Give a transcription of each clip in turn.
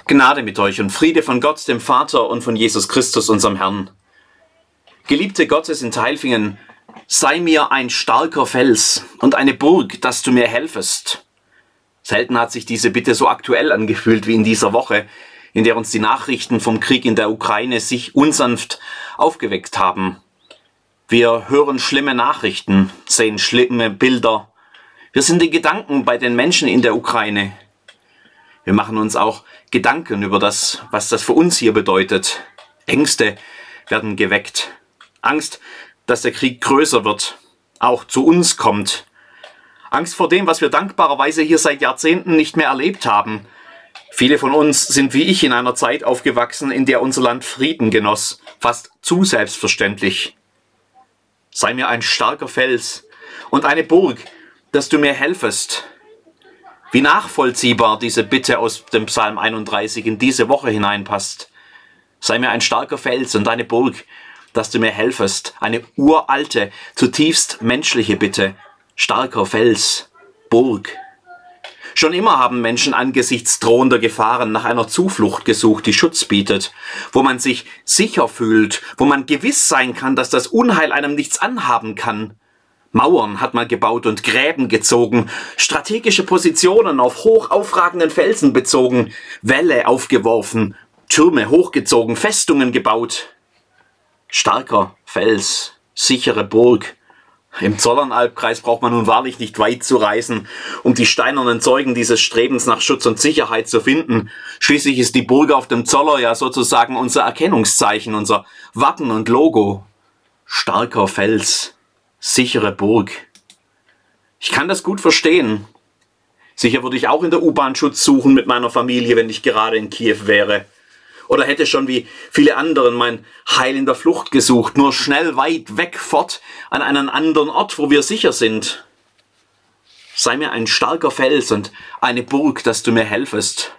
Gnade mit euch und Friede von Gott, dem Vater und von Jesus Christus, unserem Herrn. Geliebte Gottes in Tailfingen, sei mir ein starker Fels und eine Burg, dass du mir helfest. Selten hat sich diese Bitte so aktuell angefühlt wie in dieser Woche, in der uns die Nachrichten vom Krieg in der Ukraine sich unsanft aufgeweckt haben. Wir hören schlimme Nachrichten, sehen schlimme Bilder. Wir sind in Gedanken bei den Menschen in der Ukraine. Wir machen uns auch Gedanken über das, was das für uns hier bedeutet. Ängste werden geweckt. Angst, dass der Krieg größer wird, auch zu uns kommt. Angst vor dem, was wir dankbarerweise hier seit Jahrzehnten nicht mehr erlebt haben. Viele von uns sind wie ich in einer Zeit aufgewachsen, in der unser Land Frieden genoss, fast zu selbstverständlich. Sei mir ein starker Fels und eine Burg, dass du mir helfest. Wie nachvollziehbar diese Bitte aus dem Psalm 31 in diese Woche hineinpasst. Sei mir ein starker Fels und eine Burg, dass du mir helfest. Eine uralte, zutiefst menschliche Bitte. Starker Fels, Burg. Schon immer haben Menschen angesichts drohender Gefahren nach einer Zuflucht gesucht, die Schutz bietet, wo man sich sicher fühlt, wo man gewiss sein kann, dass das Unheil einem nichts anhaben kann. Mauern hat man gebaut und Gräben gezogen, strategische Positionen auf hoch aufragenden Felsen bezogen, Wälle aufgeworfen, Türme hochgezogen, Festungen gebaut. Starker Fels, sichere Burg. Im Zollernalbkreis braucht man nun wahrlich nicht weit zu reisen, um die steinernen Zeugen dieses Strebens nach Schutz und Sicherheit zu finden. Schließlich ist die Burg auf dem Zoller ja sozusagen unser Erkennungszeichen, unser Wappen und Logo. Starker Fels, sichere Burg. Ich kann das gut verstehen. Sicher würde ich auch in der U-Bahn Schutz suchen mit meiner Familie, wenn ich gerade in Kiew wäre. Oder hätte schon wie viele anderen mein Heil in der Flucht gesucht, nur schnell weit weg fort an einen anderen Ort, wo wir sicher sind. Sei mir ein starker Fels und eine Burg, dass du mir helfest.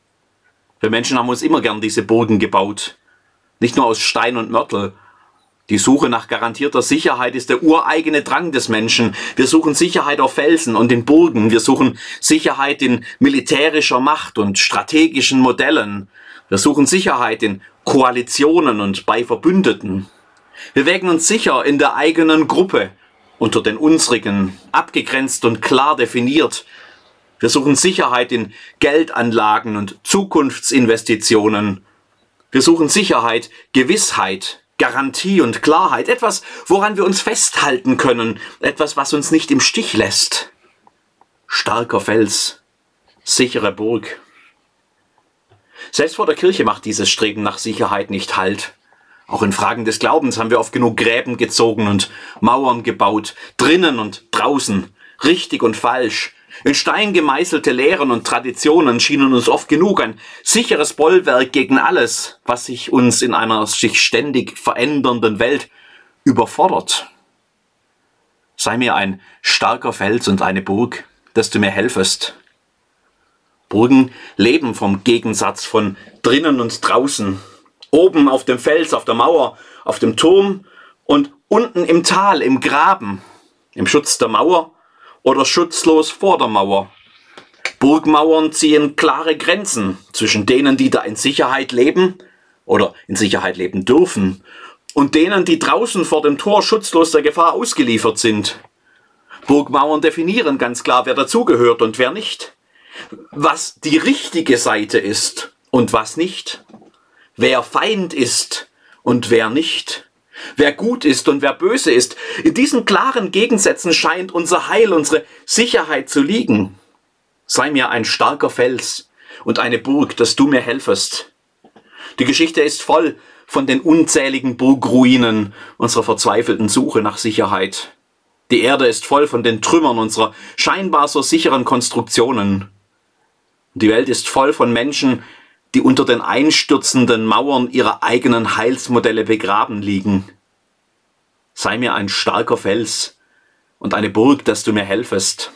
Wir Menschen haben uns immer gern diese Burgen gebaut. Nicht nur aus Stein und Mörtel. Die Suche nach garantierter Sicherheit ist der ureigene Drang des Menschen. Wir suchen Sicherheit auf Felsen und in Burgen. Wir suchen Sicherheit in militärischer Macht und strategischen Modellen. Wir suchen Sicherheit in Koalitionen und bei Verbündeten. Wir wägen uns sicher in der eigenen Gruppe, unter den unsrigen, abgegrenzt und klar definiert. Wir suchen Sicherheit in Geldanlagen und Zukunftsinvestitionen. Wir suchen Sicherheit, Gewissheit, Garantie und Klarheit, etwas, woran wir uns festhalten können, etwas, was uns nicht im Stich lässt. Starker Fels, sichere Burg. Selbst vor der Kirche macht dieses Streben nach Sicherheit nicht Halt. Auch in Fragen des Glaubens haben wir oft genug Gräben gezogen und Mauern gebaut, drinnen und draußen, richtig und falsch. In Stein gemeißelte Lehren und Traditionen schienen uns oft genug ein sicheres Bollwerk gegen alles, was sich uns in einer sich ständig verändernden Welt überfordert. Sei mir ein starker Fels und eine Burg, dass du mir helfest. Burgen leben vom Gegensatz von drinnen und draußen. Oben auf dem Fels, auf der Mauer, auf dem Turm und unten im Tal, im Graben, im Schutz der Mauer oder schutzlos vor der Mauer. Burgmauern ziehen klare Grenzen zwischen denen, die da in Sicherheit leben oder in Sicherheit leben dürfen, und denen, die draußen vor dem Tor schutzlos der Gefahr ausgeliefert sind. Burgmauern definieren ganz klar, wer dazugehört und wer nicht. Was die richtige Seite ist und was nicht. Wer Feind ist und wer nicht. Wer gut ist und wer böse ist. In diesen klaren Gegensätzen scheint unser Heil, unsere Sicherheit zu liegen. Sei mir ein starker Fels und eine Burg, dass du mir helfest. Die Geschichte ist voll von den unzähligen Burgruinen unserer verzweifelten Suche nach Sicherheit. Die Erde ist voll von den Trümmern unserer scheinbar so sicheren Konstruktionen. Die Welt ist voll von Menschen, die unter den einstürzenden Mauern ihrer eigenen Heilsmodelle begraben liegen. Sei mir ein starker Fels und eine Burg, dass du mir helfest.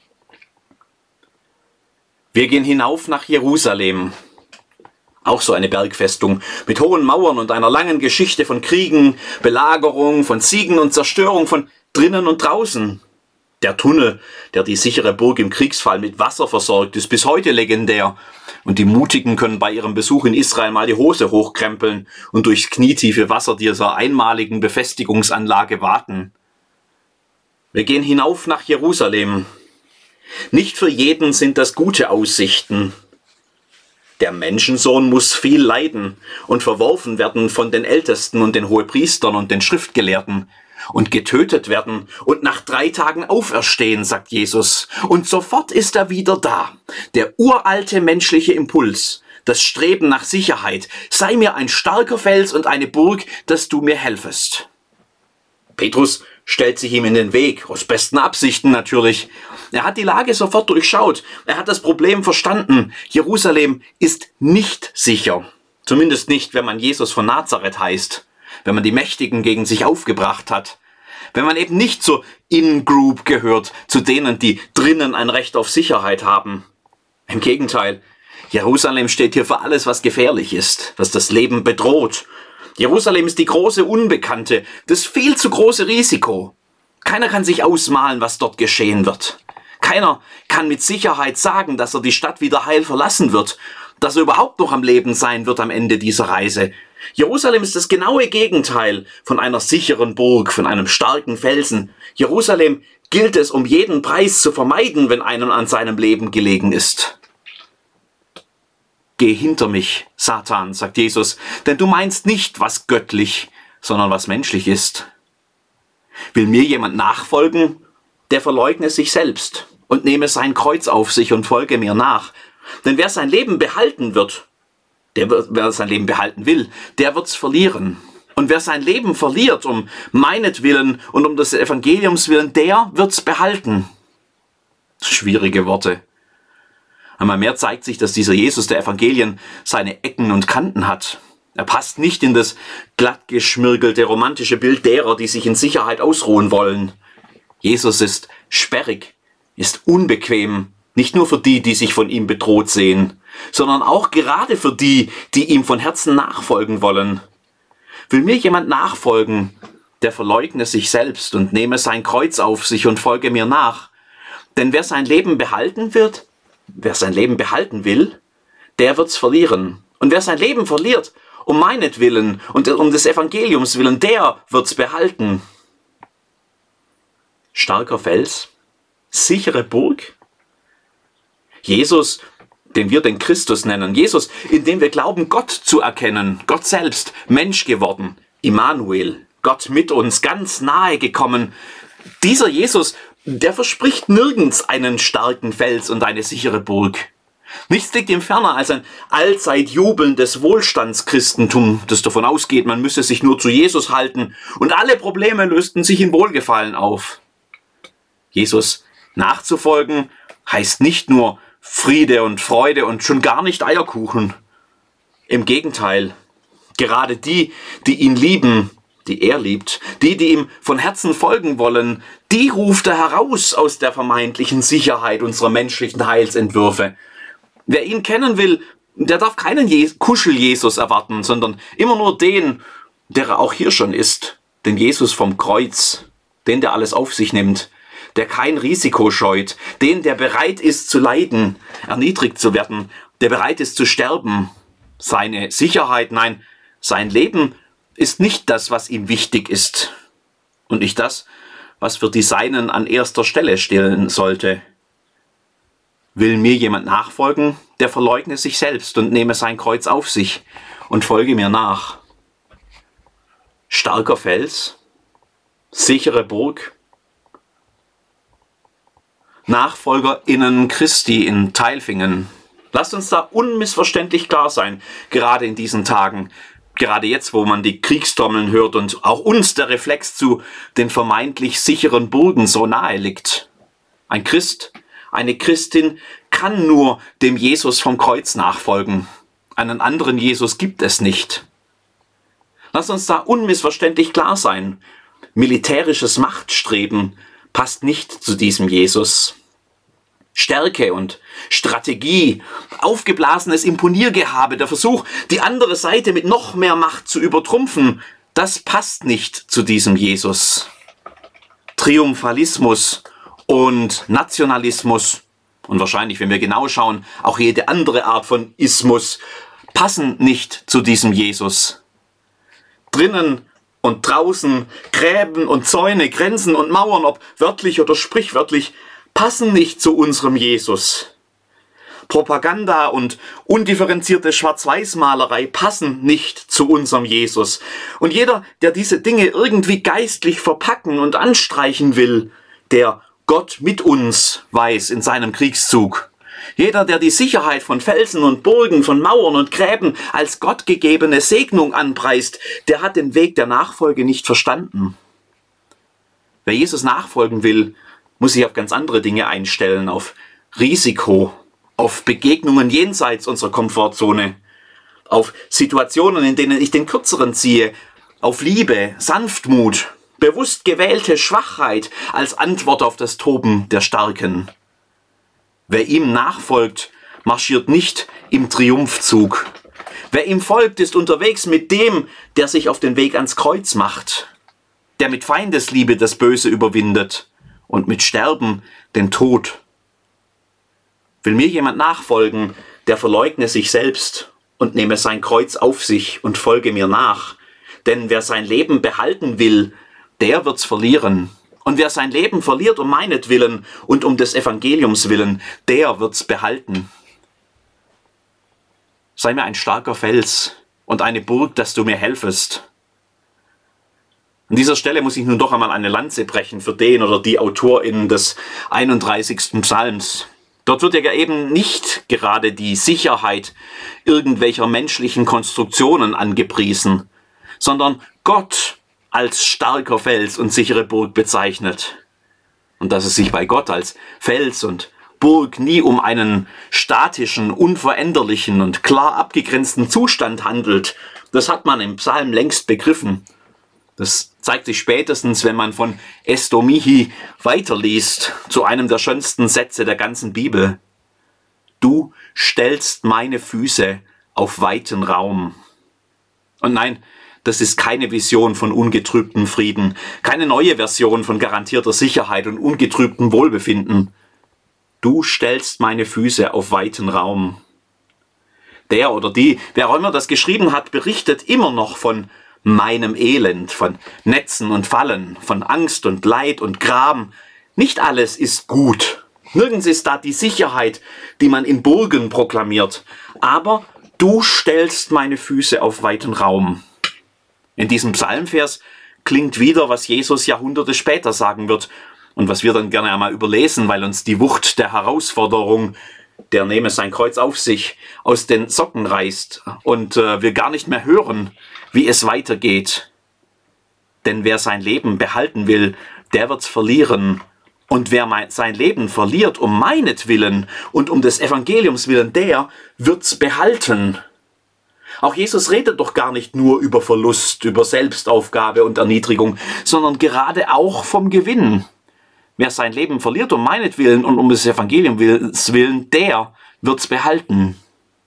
Wir gehen hinauf nach Jerusalem. Auch so eine Bergfestung mit hohen Mauern und einer langen Geschichte von Kriegen, Belagerung, von Siegen und Zerstörung, von drinnen und draußen. Der Tunnel, der die sichere Burg im Kriegsfall mit Wasser versorgt, ist bis heute legendär. Und die Mutigen können bei ihrem Besuch in Israel mal die Hose hochkrempeln und durchs knietiefe Wasser dieser einmaligen Befestigungsanlage waten. Wir gehen hinauf nach Jerusalem. Nicht für jeden sind das gute Aussichten. Der Menschensohn muss viel leiden und verworfen werden von den Ältesten und den Hohepriestern und den Schriftgelehrten und getötet werden und nach 3 Tagen auferstehen, sagt Jesus. Und sofort ist er wieder da. Der uralte menschliche Impuls, das Streben nach Sicherheit. Sei mir ein starker Fels und eine Burg, dass du mir helfest. Petrus stellt sich ihm in den Weg, aus besten Absichten natürlich. Er hat die Lage sofort durchschaut. Er hat das Problem verstanden. Jerusalem ist nicht sicher. Zumindest nicht, wenn man Jesus von Nazareth heißt. Wenn man die Mächtigen gegen sich aufgebracht hat. Wenn man eben nicht zur In-Group gehört, zu denen, die drinnen ein Recht auf Sicherheit haben. Im Gegenteil, Jerusalem steht hier für alles, was gefährlich ist, was das Leben bedroht. Jerusalem ist die große Unbekannte, das viel zu große Risiko. Keiner kann sich ausmalen, was dort geschehen wird. Keiner kann mit Sicherheit sagen, dass er die Stadt wieder heil verlassen wird, dass er überhaupt noch am Leben sein wird am Ende dieser Reise. Jerusalem ist das genaue Gegenteil von einer sicheren Burg, von einem starken Felsen. Jerusalem gilt es um jeden Preis zu vermeiden, wenn einem an seinem Leben gelegen ist. Geh hinter mich, Satan, sagt Jesus, denn du meinst nicht, was göttlich, sondern was menschlich ist. Will mir jemand nachfolgen, der verleugne sich selbst und nehme sein Kreuz auf sich und folge mir nach. Denn wer sein Leben behalten wird, wer sein Leben behalten will, der wird's verlieren. Und wer sein Leben verliert, um meinetwillen und um des Evangeliums willen, der wird's behalten. Schwierige Worte. Einmal mehr zeigt sich, dass dieser Jesus der Evangelien seine Ecken und Kanten hat. Er passt nicht in das glatt geschmirgelte romantische Bild derer, die sich in Sicherheit ausruhen wollen. Jesus ist sperrig, ist unbequem, nicht nur für die, die sich von ihm bedroht sehen, sondern auch gerade für die, die ihm von Herzen nachfolgen wollen. Will mir jemand nachfolgen, der verleugne sich selbst und nehme sein Kreuz auf sich und folge mir nach. Denn wer sein Leben behalten will, der wird's verlieren. Und wer sein Leben verliert, um meinetwillen und um des Evangeliums willen, der wird's behalten. Starker Fels, sichere Burg. Jesus, den wir den Christus nennen. Jesus, in dem wir glauben, Gott zu erkennen. Gott selbst, Mensch geworden. Immanuel, Gott mit uns, ganz nahe gekommen. Dieser Jesus, der verspricht nirgends einen starken Fels und eine sichere Burg. Nichts liegt ihm ferner als ein allzeit jubelndes Wohlstandschristentum, das davon ausgeht, man müsse sich nur zu Jesus halten und alle Probleme lösten sich in Wohlgefallen auf. Jesus nachzufolgen heißt nicht nur Friede und Freude und schon gar nicht Eierkuchen. Im Gegenteil, gerade die, die ihn lieben, die er liebt, die ihm von Herzen folgen wollen, die ruft er heraus aus der vermeintlichen Sicherheit unserer menschlichen Heilsentwürfe. Wer ihn kennen will, der darf keinen Kuschel-Jesus erwarten, sondern immer nur den, der er auch hier schon ist, den Jesus vom Kreuz, den, der alles auf sich nimmt, der kein Risiko scheut, den, der bereit ist zu leiden, erniedrigt zu werden, der bereit ist zu sterben. Seine Sicherheit, nein, sein Leben ist nicht das, was ihm wichtig ist und nicht das, was für die Seinen an erster Stelle stehen sollte. Will mir jemand nachfolgen, der verleugne sich selbst und nehme sein Kreuz auf sich und folge mir nach. Starker Fels, sichere Burg, NachfolgerInnen Christi in Tailfingen. Lasst uns da unmissverständlich klar sein, gerade in diesen Tagen, gerade jetzt, wo man die Kriegstrommeln hört und auch uns der Reflex zu den vermeintlich sicheren Burgen so nahe liegt. Ein Christ, eine Christin kann nur dem Jesus vom Kreuz nachfolgen. Einen anderen Jesus gibt es nicht. Lasst uns da unmissverständlich klar sein. Militärisches Machtstreben passt nicht zu diesem Jesus. Stärke und Strategie, aufgeblasenes Imponiergehabe, der Versuch, die andere Seite mit noch mehr Macht zu übertrumpfen, das passt nicht zu diesem Jesus. Triumphalismus Und Nationalismus und wahrscheinlich, wenn wir genau schauen, auch jede andere Art von Ismus passen nicht zu diesem Jesus. Drinnen und draußen, Gräben und Zäune, Grenzen und Mauern, ob wörtlich oder sprichwörtlich, passen nicht zu unserem Jesus. Propaganda und undifferenzierte Schwarz-Weiß-Malerei passen nicht zu unserem Jesus. Und jeder, der diese Dinge irgendwie geistlich verpacken und anstreichen will, der Gott mit uns weiß in seinem Kriegszug. Jeder, der die Sicherheit von Felsen und Burgen, von Mauern und Gräben als gottgegebene Segnung anpreist, der hat den Weg der Nachfolge nicht verstanden. Wer Jesus nachfolgen will, muss sich auf ganz andere Dinge einstellen, auf Risiko, auf Begegnungen jenseits unserer Komfortzone, auf Situationen, in denen ich den Kürzeren ziehe, auf Liebe, Sanftmut, bewusst gewählte Schwachheit als Antwort auf das Toben der Starken. Wer ihm nachfolgt, marschiert nicht im Triumphzug. Wer ihm folgt, ist unterwegs mit dem, der sich auf den Weg ans Kreuz macht, der mit Feindesliebe das Böse überwindet und mit Sterben den Tod. Will mir jemand nachfolgen, der verleugne sich selbst und nehme sein Kreuz auf sich und folge mir nach. Denn wer sein Leben behalten will, der wird's verlieren. Und wer sein Leben verliert um meinetwillen und um des Evangeliums willen, der wird's behalten. Sei mir ein starker Fels und eine Burg, dass du mir helfest. An dieser Stelle muss ich nun doch einmal eine Lanze brechen für den oder die AutorInnen des 31. Psalms. Dort wird ja eben nicht gerade die Sicherheit irgendwelcher menschlichen Konstruktionen angepriesen, sondern Gott als starker Fels und sichere Burg bezeichnet. Und dass es sich bei Gott als Fels und Burg nie um einen statischen, unveränderlichen und klar abgegrenzten Zustand handelt, das hat man im Psalm längst begriffen. Das zeigt sich spätestens, wenn man von Esto mihi weiterliest, zu einem der schönsten Sätze der ganzen Bibel. Du stellst meine Füße auf weiten Raum. Und nein, das ist keine Vision von ungetrübtem Frieden, keine neue Version von garantierter Sicherheit und ungetrübtem Wohlbefinden. Du stellst meine Füße auf weiten Raum. Der oder die, wer auch immer das geschrieben hat, berichtet immer noch von meinem Elend, von Netzen und Fallen, von Angst und Leid und Gram. Nicht alles ist gut. Nirgends ist da die Sicherheit, die man in Burgen proklamiert. Aber du stellst meine Füße auf weiten Raum. In diesem Psalmvers klingt wieder, was Jesus Jahrhunderte später sagen wird und was wir dann gerne einmal überlesen, weil uns die Wucht der Herausforderung, der nehme sein Kreuz auf sich, aus den Socken reißt und wir gar nicht mehr hören, wie es weitergeht. Denn wer sein Leben behalten will, der wird's verlieren. Und wer sein Leben verliert um meinetwillen und um des Evangeliums willen, der wird's behalten. Auch Jesus redet doch gar nicht nur über Verlust, über Selbstaufgabe und Erniedrigung, sondern gerade auch vom Gewinn. Wer sein Leben verliert um meinetwillen und um des Evangeliums willen, der wird's behalten.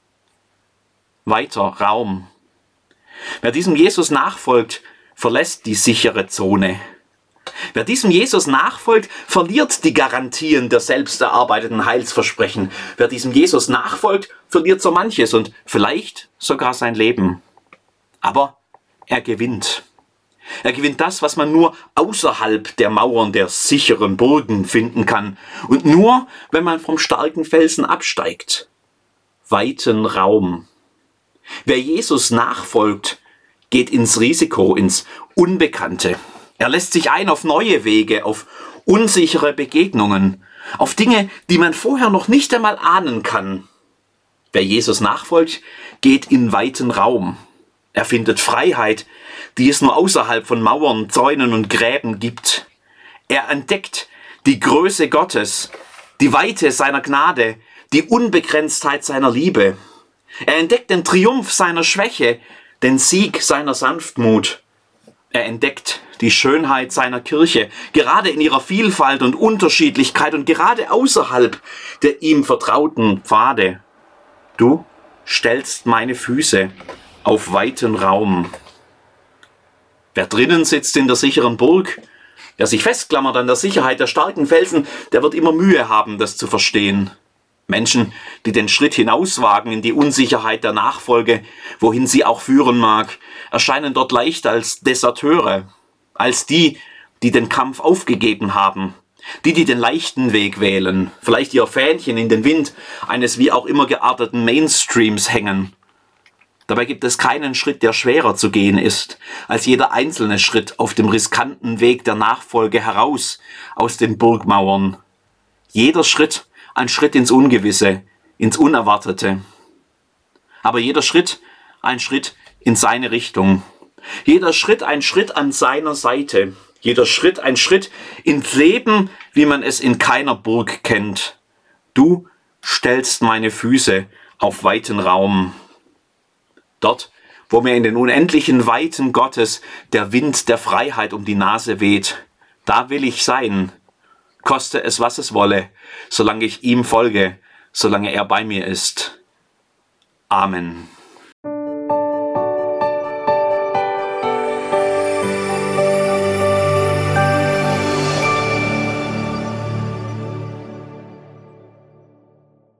Weiter Raum. Wer diesem Jesus nachfolgt, verlässt die sichere Zone. Wer diesem Jesus nachfolgt, verliert die Garantien der selbst erarbeiteten Heilsversprechen. Wer diesem Jesus nachfolgt, verliert so manches und vielleicht sogar sein Leben. Aber er gewinnt. Er gewinnt das, was man nur außerhalb der Mauern der sicheren Burgen finden kann. Und nur, wenn man vom starken Felsen absteigt. Weiten Raum. Wer Jesus nachfolgt, geht ins Risiko, ins Unbekannte. Er lässt sich ein auf neue Wege, auf unsichere Begegnungen, auf Dinge, die man vorher noch nicht einmal ahnen kann. Wer Jesus nachfolgt, geht in weiten Raum. Er findet Freiheit, die es nur außerhalb von Mauern, Zäunen und Gräben gibt. Er entdeckt die Größe Gottes, die Weite seiner Gnade, die Unbegrenztheit seiner Liebe. Er entdeckt den Triumph seiner Schwäche, den Sieg seiner Sanftmut. Er entdeckt die Schönheit seiner Kirche, gerade in ihrer Vielfalt und Unterschiedlichkeit und gerade außerhalb der ihm vertrauten Pfade. Du stellst meine Füße auf weiten Raum. Wer drinnen sitzt in der sicheren Burg, Wer sich festklammert an der Sicherheit der starken Felsen, der wird immer Mühe haben, das zu verstehen. Menschen, die den Schritt hinauswagen in die Unsicherheit der Nachfolge, wohin sie auch führen mag, erscheinen dort leicht als Deserteure, als die, die den Kampf aufgegeben haben, die den leichten Weg wählen, vielleicht ihr Fähnchen in den Wind eines wie auch immer gearteten Mainstreams hängen. Dabei gibt es keinen Schritt, der schwerer zu gehen ist, als jeder einzelne Schritt auf dem riskanten Weg der Nachfolge heraus aus den Burgmauern. Jeder Schritt ein Schritt ins Ungewisse, ins Unerwartete. Aber jeder Schritt ein Schritt in seine Richtung. Jeder Schritt ein Schritt an seiner Seite. Jeder Schritt ein Schritt ins Leben, wie man es in keiner Burg kennt. Du stellst meine Füße auf weiten Raum. Dort, wo mir in den unendlichen Weiten Gottes der Wind der Freiheit um die Nase weht, da will ich sein, koste es, was es wolle, solange ich ihm folge, solange er bei mir ist. Amen.